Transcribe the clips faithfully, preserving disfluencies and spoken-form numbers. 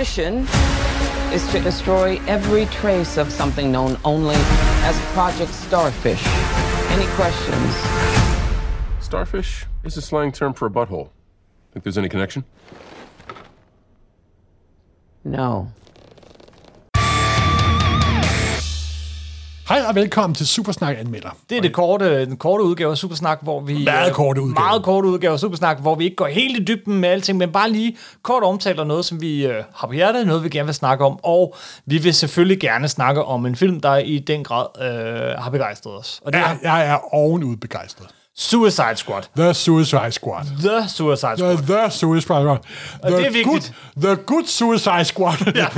mission is to destroy every trace of something known only as Project Starfish. Any questions? Starfish is a slang term for a butthole. Think there's any connection? No. Hej og velkommen til Supersnak Anmelder. Det er det korte, den korte udgave af Supersnak, hvor vi... Meget korte udgave. Meget korte udgave af Supersnak, hvor vi ikke går helt i dybden med alting, men bare lige kort omtaler noget, som vi øh, har på hjertet, noget vi gerne vil snakke om, og vi vil selvfølgelig gerne snakke om en film, der i den grad øh, har begejstret os. Og det Ja, er jeg er ovenud begejstret. Suicide Squad. The Suicide Squad. The Suicide Squad. The, the Suicide Squad. The det er vigtigt. Good, the Good Suicide Squad. Ja.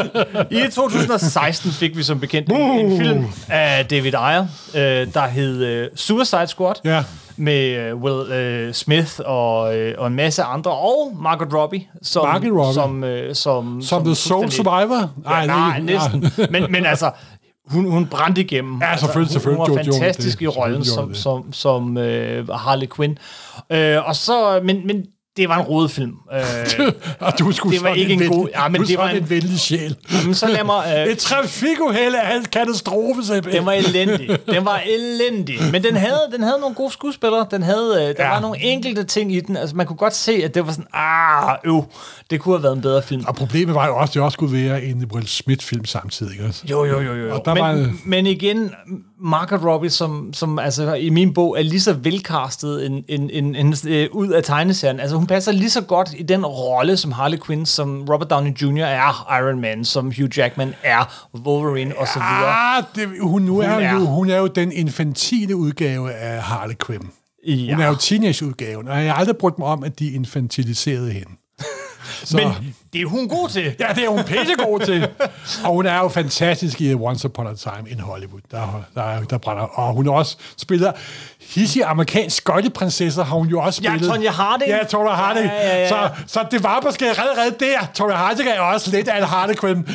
I to tusind og seksten fik vi som bekendt en, en film af David Ayer, øh, der hed øh, Suicide Squad. Ja. Med øh, Will øh, Smith og, øh, og en masse andre, og Margot Robbie, som, Margot Robbie. som, øh, som, Som The Soul Survivor? Ja, nej, næsten. men, men altså, hun, hun brændte igennem. Ja, selvfølgelig, altså, hun, selvfølgelig. hun var Jo, jo, fantastisk det, i rollen som, det. som, som øh, Harley Quinn. Øh, og så, men, men det var en rodefilm. Øh, og du skulle det var ikke en, en god... Ja, men du det var en, en venlig sjæl. Jamen, så lad mig... Øh, Et trafikuheld af en katastrofe, simpelthen. Den var elendig. Den var elendig. Men den havde, den havde nogle gode skuespillere. Den havde, øh, der Ja. var nogle enkelte ting i den. Altså, man kunne godt se, at det var sådan, ah, øv, det kunne have været en bedre film. Og problemet var jo også, at det også skulle være en Will Smith-film samtidig. Ikke? Jo, jo, jo, jo. Og der Men, var- men igen, Margot Robbie, som, som altså, i min bog er lige så velcastet en, en, en, en, øh, ud af tegneserien. Altså, hun passer lige så godt i den rolle som Harley Quinn, som Robert Downey junior er Iron Man, som Hugh Jackman er Wolverine, og så videre. Ah, det, hun, nu er, Hun er- Jo, hun er jo den infantile udgave af Harley Quinn. Ja. Hun er jo teenage-udgaven, og jeg har aldrig brugt mig om, at de infantiliserede hende. Så, Men det er hun god til. ja, det er hun pissegod til. Og hun er jo fantastisk i Once Upon a Time in Hollywood. Der, der, der brænder. Og hun har også spillet hissige amerikansk skøjteprinsesser, har hun jo også Ja, spillet. Tonya Harding. Ja, Tonya Harding. Ja, ja, ja. Så, så det var måske allerede der. Tonya Harding er også lidt af en Harley Quinn.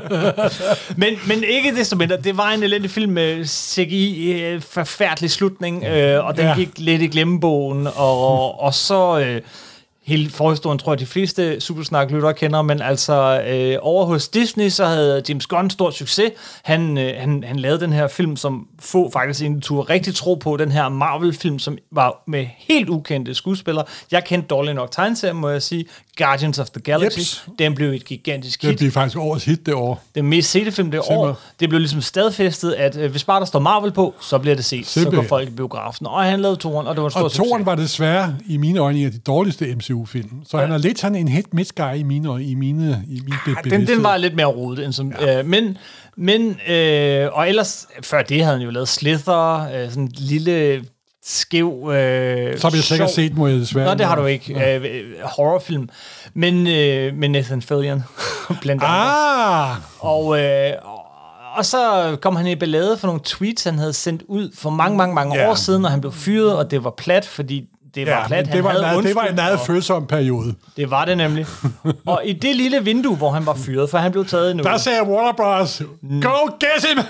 Men, men ikke desto mindre, det var en elendig film med C G I, øh, forfærdelig slutning, øh, og den Ja. ja. gik lidt i glemmebogen, og, og så... Øh, hele forhistorien tror jeg, de fleste Supersnak-lyttere kender, men altså øh, over hos Disney, så havde James Gunn stor succes. Han, øh, han, han lavede den her film, som få faktisk egentlig turde rigtig tro på, den her Marvel-film, som var med helt ukendte skuespillere. Jeg kendte dårligt nok tegneserien, må jeg sige. Guardians of the Galaxy. Jeps. Den blev et gigantisk Det hit. bliver faktisk årets hit det år. Den mest sete film det Simpelthen. år, det blev ligesom stadfæstet, at øh, hvis bare der står Marvel på, så bliver det set. Simpelthen. Så går folk i biografen. Og han lavede toren, og det var en stor Og toren succes. var desværre i mine øjne en af de dårligste M C U-film. Så han er lidt sådan en hit miss guy i mine øjne, i mine, i min be- Den, den var lidt mere rodet end som... Ja. Øh, men, men øh, og ellers, før det havde han jo lavet Slither, øh, sådan en lille skæv... Øh, Så har jeg sikkert set, må jeg desværre. Nå, det har du ikke. Ja. Øh, horrorfilm. Men øh, med Nathan Fillion, blandt andet. Ah! Og, øh, og, og så kom han i ballade for nogle tweets, han havde sendt ud for mange, mange, mange Ja. år siden, og han blev fyret, og det var plat, fordi det var Ja, plat. men Han det var, havde en, det var en undskyldt, meget og- følsom periode. Det var det nemlig. Og i det lille vindue, hvor han var fyret, for han blev taget nu. Der sagde Warner Bros. Go get him!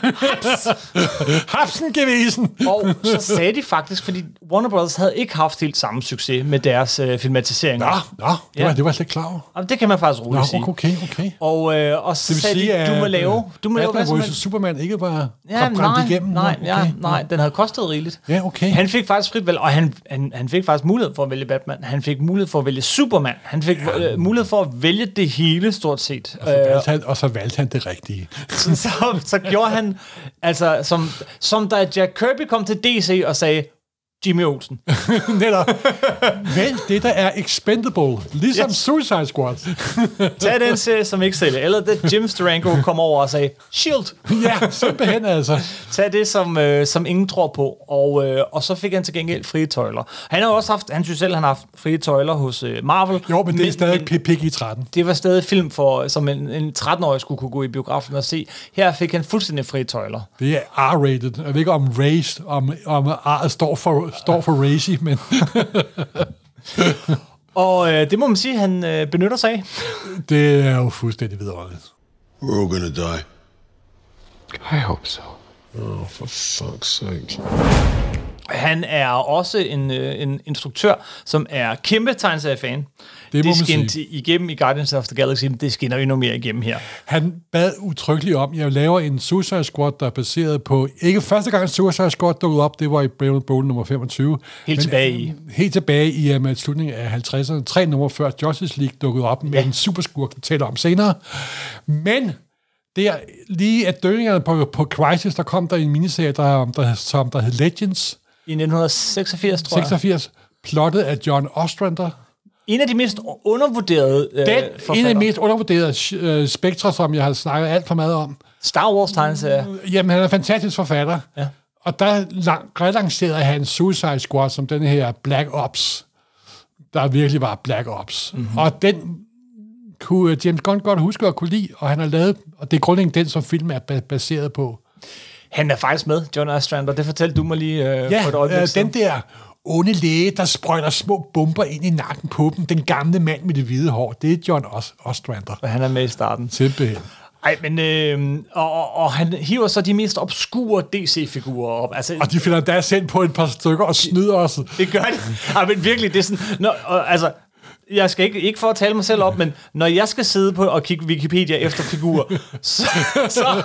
Hapsen gevisen! Og så sagde de faktisk, fordi Warner Bros. Havde ikke haft helt samme succes med deres øh, filmatiseringer. Nå, nå, det, Ja. var, det var jeg slet ikke klar over. Og det kan man faktisk roligt Nå, sige. okay, okay. Og, øh, og så Det vil sagde sige, de, du må at, lave, du må lave hvad Batman som versus. helst. Superman ikke bare Ja, brændt nej, igennem? nej, Nå, ja, okay. nej, den havde kostet rigeligt. Ja, okay. Han fik faktisk frit valg, og han, han, han fik faktisk mulighed for at vælge Batman. Han fik mulighed for at vælge Superman. Han fik ja. øh, mulighed for at vælge det hele, stort set. Og så valgte han, og så valgte han det rigtige. så, så, så gjorde han, altså, som, som da Jack Kirby kom til D C og sagde, Jimmy Olsen. Netop. Vælg det, der er expendable. Ligesom Yes. Suicide Squad. Tag den serie, som ikke sælger. Eller da Jim Steranko kom over og sagde, Shield. Ja, simpelthen altså. Tag det, som, øh, som ingen tror på. Og, øh, og så fik han til gengæld frie tøjler. Han har også haft, han synes selv, han har haft frie tøjler hos øh, Marvel. Jo, men det er stadig P G tretten. Det var stadig film, for, som en, en tretten-årig skulle kunne gå i biografen og se. Her fik han fuldstændig frie tøjler. Det er R-rated. Jeg ved ikke om race, om, om R står for, står for racy, men... Og øh, det må man sige, han øh, benytter sig af. Det er jo fuldstændig vidunderligt. We're all gonna die. I hope so. Oh, for fuck's sake. Han er også en, en instruktør, som er kæmpe tegneseriefan. Det må det man skinte sige. igennem i Guardians of the Galaxy, men det skinner endnu mere igennem her. Han bad utryggeligt om, jeg laver en Suicide Squad, der er baseret på, ikke første gang Suicide Squad dukkede op, det var i Brave and Bold nummer femogtyve. Helt men, tilbage i. Helt tilbage i um, slutningen af halvtredserne. Tre nummer før Justice League dukkede op med Ja. en superskurk, der taler om senere. Men der, lige at døgningerne på, på Crisis, der kom der en miniserie, der, der, som der hed Legends. I nitten seksogfirs, tror jeg. seksogfirs, plottet af John Ostrander. En af de mest undervurderede øh, Den, forfatter. en af de mest undervurderede øh, spektre, som jeg har snakket alt for meget om. Star Wars tegneserier. Jamen, han er en fantastisk forfatter. Ja. Og der lang, relancerede han Suicide Squad som den her Black Ops, der virkelig var Black Ops. Mm-hmm. Og den kunne James Gunn godt huske at kunne lide, og han har lavet, og det er grundlæggende den, som filmen er ba- baseret på. Han er faktisk med, John Ostrander. Det fortalte du mig lige øh, Ja, for et øjeblik øh, siden. den der onde læge, der sprøjter små bomber ind i nakken på dem. Den gamle mand med det hvide hår, det er John Os- Ostrander. Og han er med i starten. Simpelthen. Ej, men øh, og, og, og han hiver så de mest obskure D C-figurer op. Altså, Og de finder der sendt på et par stykker og snyder os. det gør de. Ej, men virkelig, det er sådan... Når, og, altså, jeg skal ikke, ikke for at tale mig selv op, men når jeg skal sidde på og kigge Wikipedia efter figurer, så, så,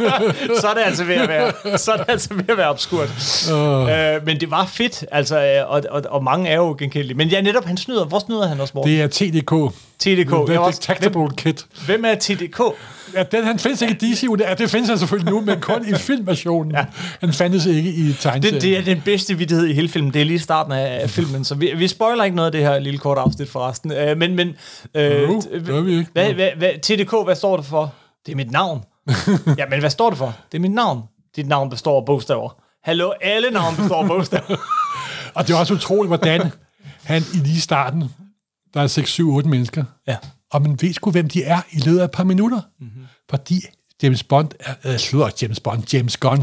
så er det altså ved at være, så er det altså ved at være obskurt. Uh. Øh, men det var fedt, altså, og, og, og mange er jo genkendelige. Men ja, netop, han snyder. Hvor snyder han også, Morten? Det er T D K. T D K. The Jeg var også- Detectable Kit. Hvem er T D K? Ja, den, han findes ikke i D C, ja, det findes han selvfølgelig nu, men kun i filmversionen. Ja. Han fandtes ikke i tegneserien. Det, det er den bedste vittighed i hele filmen. Det er lige starten af filmen, så vi, vi spoiler ikke noget af det her lille kort afsnit forresten. Øh, men, men øh, Jo, det gør vi ikke. Hvad, hvad, hvad, T D K, hvad står det for? Det er mit navn. Ja, men hvad står det for? Det er mit navn. Dit navn består af bogstaver. Hallo, alle navn består af bogstaver. Og det er også utroligt, hvordan han i lige starten, der er seks, syv, otte mennesker, Ja. og man ved sgu, hvem de er i løbet af et par minutter. Mm-hmm. Fordi James Bond er... Øh, slutter James Bond. James Gunn.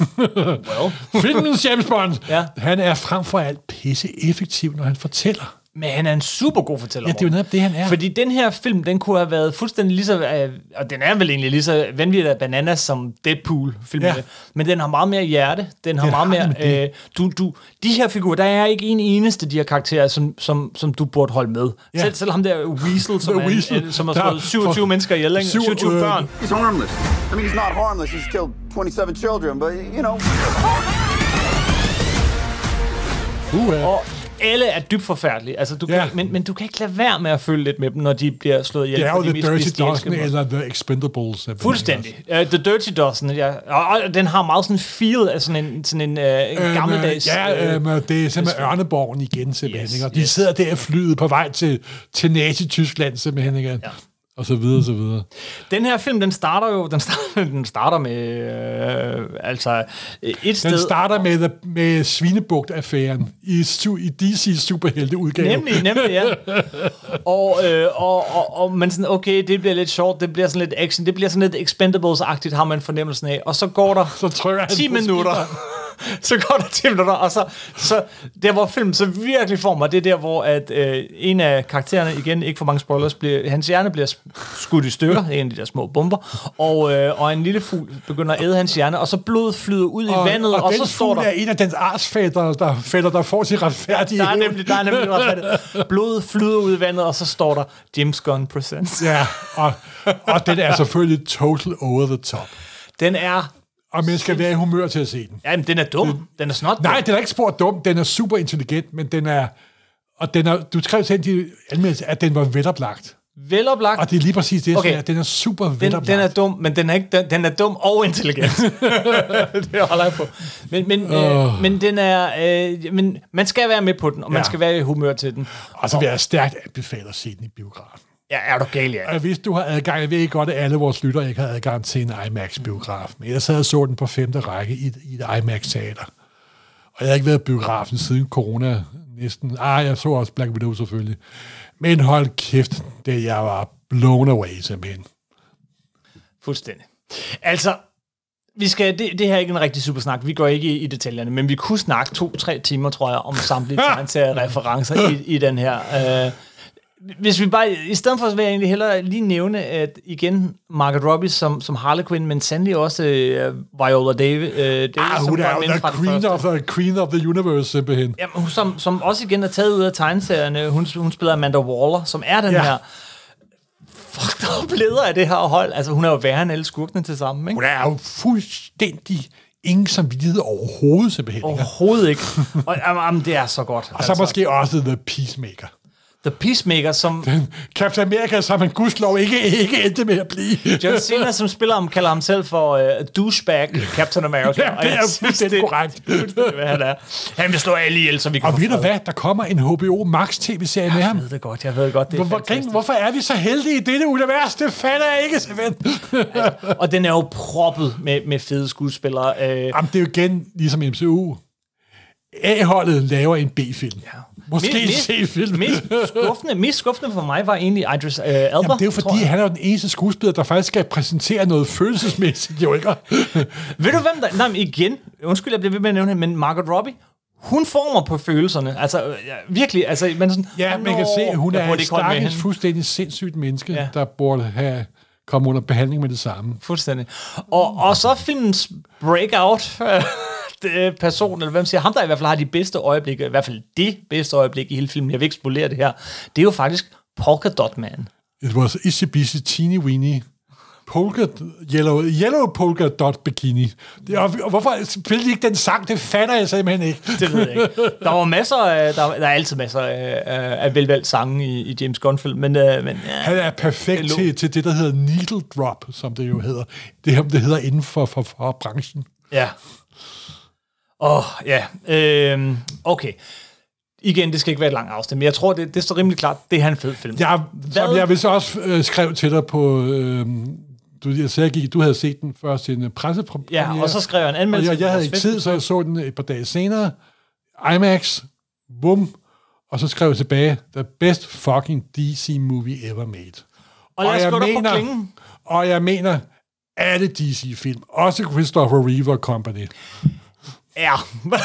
Well. Filmens James Bond. Ja. Han er frem for alt pisse effektiv, når han fortæller. Men han er en super god fortæller. Ja, det er jo netop det, han er. Fordi den her film, den kunne have været fuldstændig lige så... Øh, og den er vel egentlig lige så vanvittig af bananas som Deadpool-filmen. Ja. Men den har meget mere hjerte. Den har Den meget har mere... den, Øh, du, du, de her figurer, der er ikke en eneste af de her karakterer, som, som, som du burde holde med. Ja. Selv, selv ham der Weasel, som, er, Weasel, øh, som har der slået syvogtyve for- mennesker ihjel, ikke? syv- syvogtyve øh, børn. He's harmless. I mean, he's not harmless. He's killed twenty-seven children, but, you know. Uh, Og alle er dybt forfærdelige. Altså, du Ja. kan, men, men du kan ikke lade være med at følge lidt med dem, når de bliver slået ihjel. det er på jo de The mest Dirty bestialske Dozen måder. eller The Expendables. Fuldstændig. Uh, The Dirty Dozen, ja. Og, og den har meget sådan en feel af sådan en, sådan en, uh, en Øhm, gammeldags... Ja, øh, øhm, det er simpelthen Ørneborgen igen, simpelthen. Yes, Yes, og de yes. sidder der i flyet på vej til, til Nazi-Tyskland, simpelthen. Ikke? Ja. Og så videre, og så videre. Den her film, den starter jo... Den starter, den starter med... Øh, altså, et Den sted... starter med, med Svinebugt-affæren i, su- i D C's superhelteudgave. Nemlig, nemlig, ja. Og, øh, og, og, og man sådan, okay, det bliver lidt sjovt, det bliver sådan lidt action, det bliver sådan lidt Expendables-agtigt, har man fornemmelsen af. Og så går der Så trykker han ti på minutter. Så går der ti minutter, og så, så der, hvor filmen så virkelig får mig, det er der, hvor at, øh, en af karaktererne, igen, ikke for mange spoilers, bliver, hans hjerne bliver skudt i stykker, en af de der små bomber, og, øh, og en lille fugl begynder at æde hans hjerne, og så blodet flyder ud i vandet, og, og og den så står fugl der... er en af dens artsfætter, der, fætter, der får sin retfærdige Der er hævn. nemlig, der er nemlig retfærdigt. Blodet flyder ud i vandet, og så står der James Gunn Presents. Ja, og, og den er selvfølgelig total over the top. Den er... Og man skal være i humør til at se den. Jamen, den er dum. Den er snot. Nej, den er ikke spurgt dum. Den er super intelligent, men den er... Og den er, du skrev til de anmeldelser, at den var veloplagt. Veloplagt. Og det er lige præcis det, Okay. okay. Den er super Den, veloplagt. den er dum, men den er, ikke, den, den er dum og intelligent. Det holder jeg på. Men, men, Åh. øh, men, den er, øh, men man skal være med på den, og man Ja. skal være i humør til den. Og så vil jeg stærkt anbefale at se den i biografen. Ja, er du gal, ja. Og hvis du har adgang, jeg ved ikke godt, at alle vores lyttere ikke har adgang til en IMAX-biograf, men ellers havde jeg så den på femte række i, i et IMAX-teater. Og jeg har ikke været i biografen siden corona næsten. Ah, jeg så også Black Widow selvfølgelig. Men hold kæft, det jeg var blown away simpelthen. Fuldstændig. Altså, vi skal, det, det her er ikke en rigtig supersnak. Vi går ikke i, i detaljerne, men vi kunne snakke to-tre timer, tror jeg, om samtlige tegnserier referencer i, i den her. Øh, Hvis vi bare, i stedet for, vil jeg egentlig hellere lige nævne, at igen, Margot Robbie som, som Harley Quinn, men sandelig også uh, Viola Davis. Uh, Davis Ah, hun er jo the queen of, the, queen of the universe, simpelthen. Jamen, hun, som, som også igen er taget ud af tegneserierne. Hun, hun spiller Amanda Waller, som er den ja. her fucked up leder af det her hold. Altså, hun er jo værre end alle skurkene til sammen, ikke? Hun er jo fuldstændig ingen samvittighed overhovedet, simpelthen. Overhovedet ikke. Og jamen, det er så godt. Og så altså. Måske også The Peacemaker. The Peacemaker, som... Captain America, som han gudslov ikke, ikke endte med at blive. John Cena, som spiller ham, kalder ham selv for uh, douchebag Captain America. Ja, det er fuldstændig korrekt. Hvad han er. Han vil slå alle ihjel, så vi kan og ved du hvad? Der kommer en H B O Max tv-serie med ham. Jeg ved det godt, jeg ved godt. Det er Hvor, hvor, hvorfor er vi så heldige i dette univers? Det fatter jeg ikke, Svend. Ja, og den er jo proppet med, med fede skuespillere. Uh, Jamen, det er jo igen ligesom M C U. A-holdet laver en B-film. Ja. Måske en C-film. Mest skuffende, mest skuffende for mig var egentlig Idris uh, Elba. Jamen, det er jo fordi, han er jo den eneste skuespiller, der faktisk skal præsentere noget følelsesmæssigt, jo ikke? Ved du hvem der... Nej, igen, undskyld, jeg bliver ved med at nævne men Margot Robbie, hun former på følelserne. Altså, ja, virkelig. Altså, man sådan, ja, man kan se, hun er et stakkels, fuldstændig sindssygt menneske, ja. der burde have kommet under behandling med det samme. Fuldstændig. Og, og så filmens breakout... person, eller hvem siger, ham der i hvert fald har de bedste øjeblikke, i hvert fald det bedste øjeblik i hele filmen, jeg vil ikke spolere det her, det er jo faktisk Polka Dot Man. It was itsy bitsy teeny weeny polka, yellow, yellow polka dot bikini. Det er, og hvorfor spiller de ikke den sang? Det fatter jeg simpelthen ikke. Det ved jeg ikke. Der var masser af, der, der er altid masser af, af velvalgt sange i, i James Gunn-film, men, øh, men ja, han er perfekt til, til det, der hedder needle drop, som det jo hedder. Det, det hedder inden for, for, for branchen. Ja. Åh, oh, ja. Øhm, okay. Igen, det skal ikke være et langt afsnit, men jeg tror, det, det står rimelig klart, det er en fed film. Ja, som jeg vil så også øh, skrev til dig på... Øh, du, jeg sagde, du havde set den først i en pressepremiere. Ja, og så skrev jeg en anmeldelse. Og jeg, jeg havde ikke tid, så jeg så den et par dage senere. IMAX, bum, og så skrev jeg tilbage, the best fucking D C movie ever made. Og lad os gå der på klingen. Og jeg mener, alle D C-film, også Christopher Reeve Company. Ja,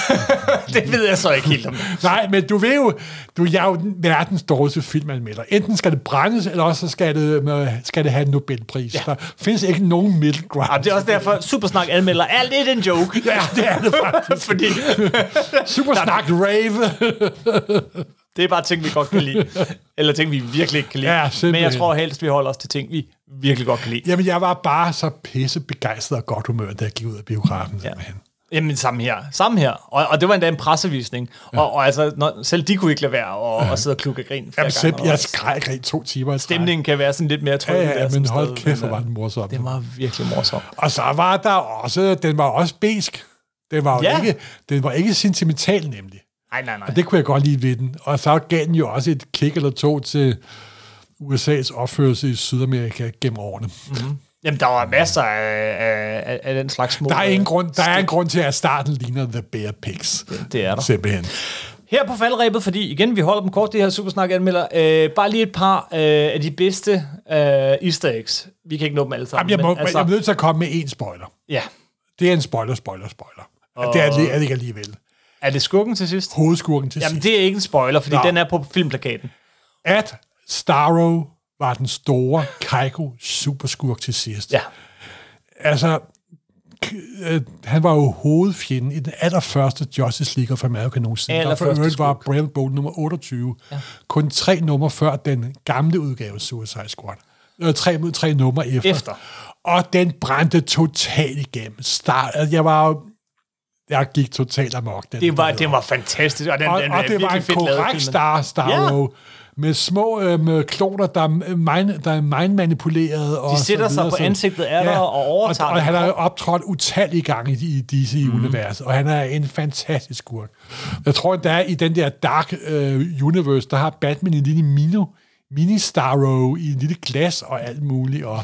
det ved jeg så ikke helt om. Nej, men du ved jo, du er jo verdens dårligste filmanmelder. Enten skal det brændes, eller også skal det, skal det have en Nobelpris. Ja. Der findes ikke nogen middle ground. Ja, det er også derfor, Supersnak anmelder er lidt en joke. Ja, det er det faktisk. Fordi Supersnak rave. Det er bare ting, vi godt kan lide. Eller ting, vi virkelig ikke kan lide. Ja, men jeg tror helst, vi holder os til ting, vi virkelig godt kan lide. Jamen, jeg var bare så pisse begejstret og godt humør, da jeg gik ud af biografen. Ja. Jamen, samme her. Samme her. Og, og det var endda en pressevisning. Ja. Og, og altså, når, selv de kunne ikke lade være og, ja. og sidde og klukke grin. Jamen, selv, jeg skreg grin to timer i stemningen kan være sådan lidt mere tryg. Ja, ja, men hold kæft, hvor var den morsom. Det var virkelig morsom. Og så var der også, den var også besk. Den var, ja. ikke, den var ikke sentimental, nemlig. Nej, nej, nej. Og det kunne jeg godt lide ved den. Og så gav den jo også et kick eller to til U S A's opførelse i Sydamerika gennem årene. Mm-hmm. Jamen, der var masser af, af, af den slags små... Der er, ingen grund, der er en grund til, at starten ligner The Bear Pigs. Det, det er der. Simpelthen. Her på faldrebet, fordi igen, vi holder dem kort, det her Supersnak-anmelder. Øh, bare lige et par øh, af de bedste øh, easter eggs. Vi kan ikke nå dem alle sammen. Jamen, jeg, må, men, altså, jeg er nødt til at komme med en spoiler. Ja. Det er en spoiler, spoiler, spoiler. Og det er det, er det ikke alligevel. Er det skurken til sidst? Hovedskurken til Jamen, sidst. det er ikke en spoiler, fordi Nå. den er på filmplakaten. At Starro var den store Kaiko superskurk til sidst. Ja. Altså, øh, han var jo hovedfjenden i den allerførste Justice League of America nogensinde. Der for øvrigt var Brave Bolt nummer otteogtyve. Ja. Kun tre numre før den gamle udgave Suicide Squad. Øh, tre, tre numre efter. efter. Og den brændte totalt igennem. Start, altså, jeg var jo Jeg gik totalt amok. Den det, var, det var fantastisk. Og, den, og, den, og det var en korrekt Star, Starro. Ja. Med små øh, med kloner, der er mind, der er mind-manipuleret. De sætter sig på ansigtet af dig ja. og overtager og, og han har optrådt utallige gange i, i D C-universet, mm. og han er en fantastisk skurk. Jeg tror, der er i den der Dark uh, Universe, der har Batman en lille mino, mini-Starro i en lille glas og alt muligt. Og,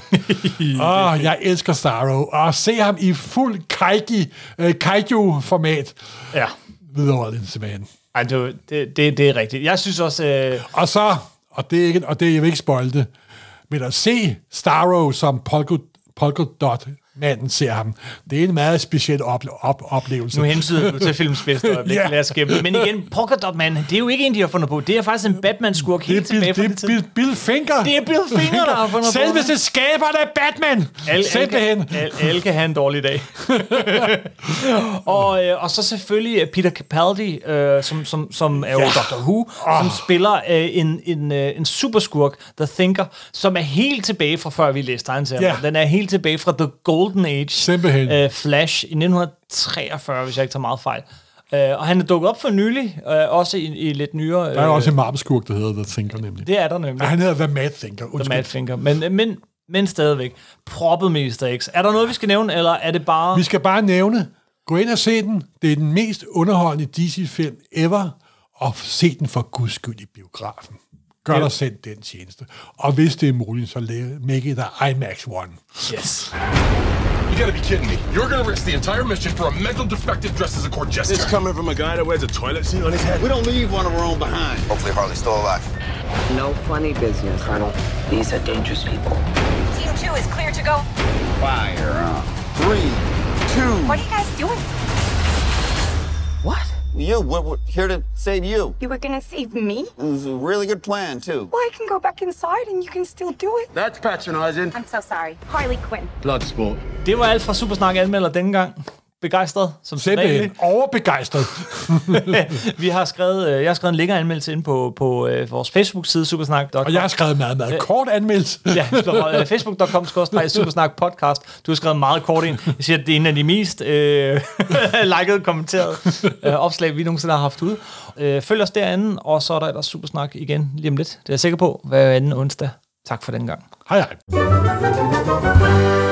åh, jeg elsker Starro. Og se ham i fuld kaiju, uh, kaiju-format. Ja. Videre simpelthen. Ej, det, det, det er rigtigt. Jeg synes også... Øh... Og så, og det er ikke, og det er jeg vil ikke spoil det, men at se Starro som Polka, Polka Dot manden ser ham. Det er en meget speciel op- op- oplevelse. Nu hensyder du til filmens bedste øjeblik. Ja. Lad os skæmme. Men igen, Polka Dot Man, det er jo ikke en, de har fundet på. Det er faktisk en Batman-skurk Det er helt tilbage Bill, fra det den er tid. Bill, Bill Finger. Det er Bill Finger, der har fundet på. Selveste skaberen af Batman. Alle, Simpelthen. alle, alle, alle kan have en dårlig dag. og, øh, og så selvfølgelig Peter Capaldi, øh, som, som, som er jo Ja. Doctor Who, oh. som spiller øh, en, en, øh, en superskurk, The Thinker, som er helt tilbage fra før vi læste tegneserien. Ja. Den er helt tilbage fra The Golden Age. Simpelthen. Øh, Flash i nitten treogfyrre, hvis jeg ikke tager meget fejl. Øh, og han er dukket op for nylig, øh, også i, i lidt nyere... Øh, Der er også en Marvel-skurk, der hedder The Thinker, nemlig. det er der nemlig. Ja, han hedder The Mad Thinker. The Undskyld. Mad Thinker. Men, men, men stadigvæk. Proppet med easter eggs. Er der noget, vi skal nævne, eller er det bare... Vi skal bare nævne, gå ind og se den. Det er den mest underholdende D C-film ever, og se den for guds skyld i biografen. Gør dig selv den tjeneste. Og hvis det er muligt, så make it a IMAX one. Yes. You gotta be kidding me. You're gonna risk the entire mission for a mental defective dressed as a court jester. It's coming from a guy that wears a toilet seat on his head. We don't leave one of our own behind. Hopefully Harley's still alive. No funny business, Colonel. These are dangerous people. Team two is clear to go. Fire up. Three, two. What are you guys doing? What? You, we're, we're here to save you. You were gonna save me? It was a really good plan, too. Well, I can go back inside and you can still do it. That's patronizing. I'm so sorry. Harley Quinn. Bloodsport. Det var alt fra Supersnak anmelder denne gang. Begejstret, som sædvanligt. Simpelthen overbegejstret. Vi har skrevet, øh, jeg har skrevet en længere anmeldelse ind på, på øh, vores Facebook-side, supersnak punktum com. Og jeg har skrevet meget, meget kort anmeldelse. Ja, øh, facebook punktum com skråstreg supersnak podcast. Du har skrevet meget kort ind. Jeg siger, at det er en af de mest øh, likede, kommenterede øh, opslag, vi nogensinde har haft ude. Øh, følg os derinde, og så er der ellers Supersnak igen lige om lidt. Det er jeg sikker på, hver anden onsdag. Tak for den gang. Hej hej.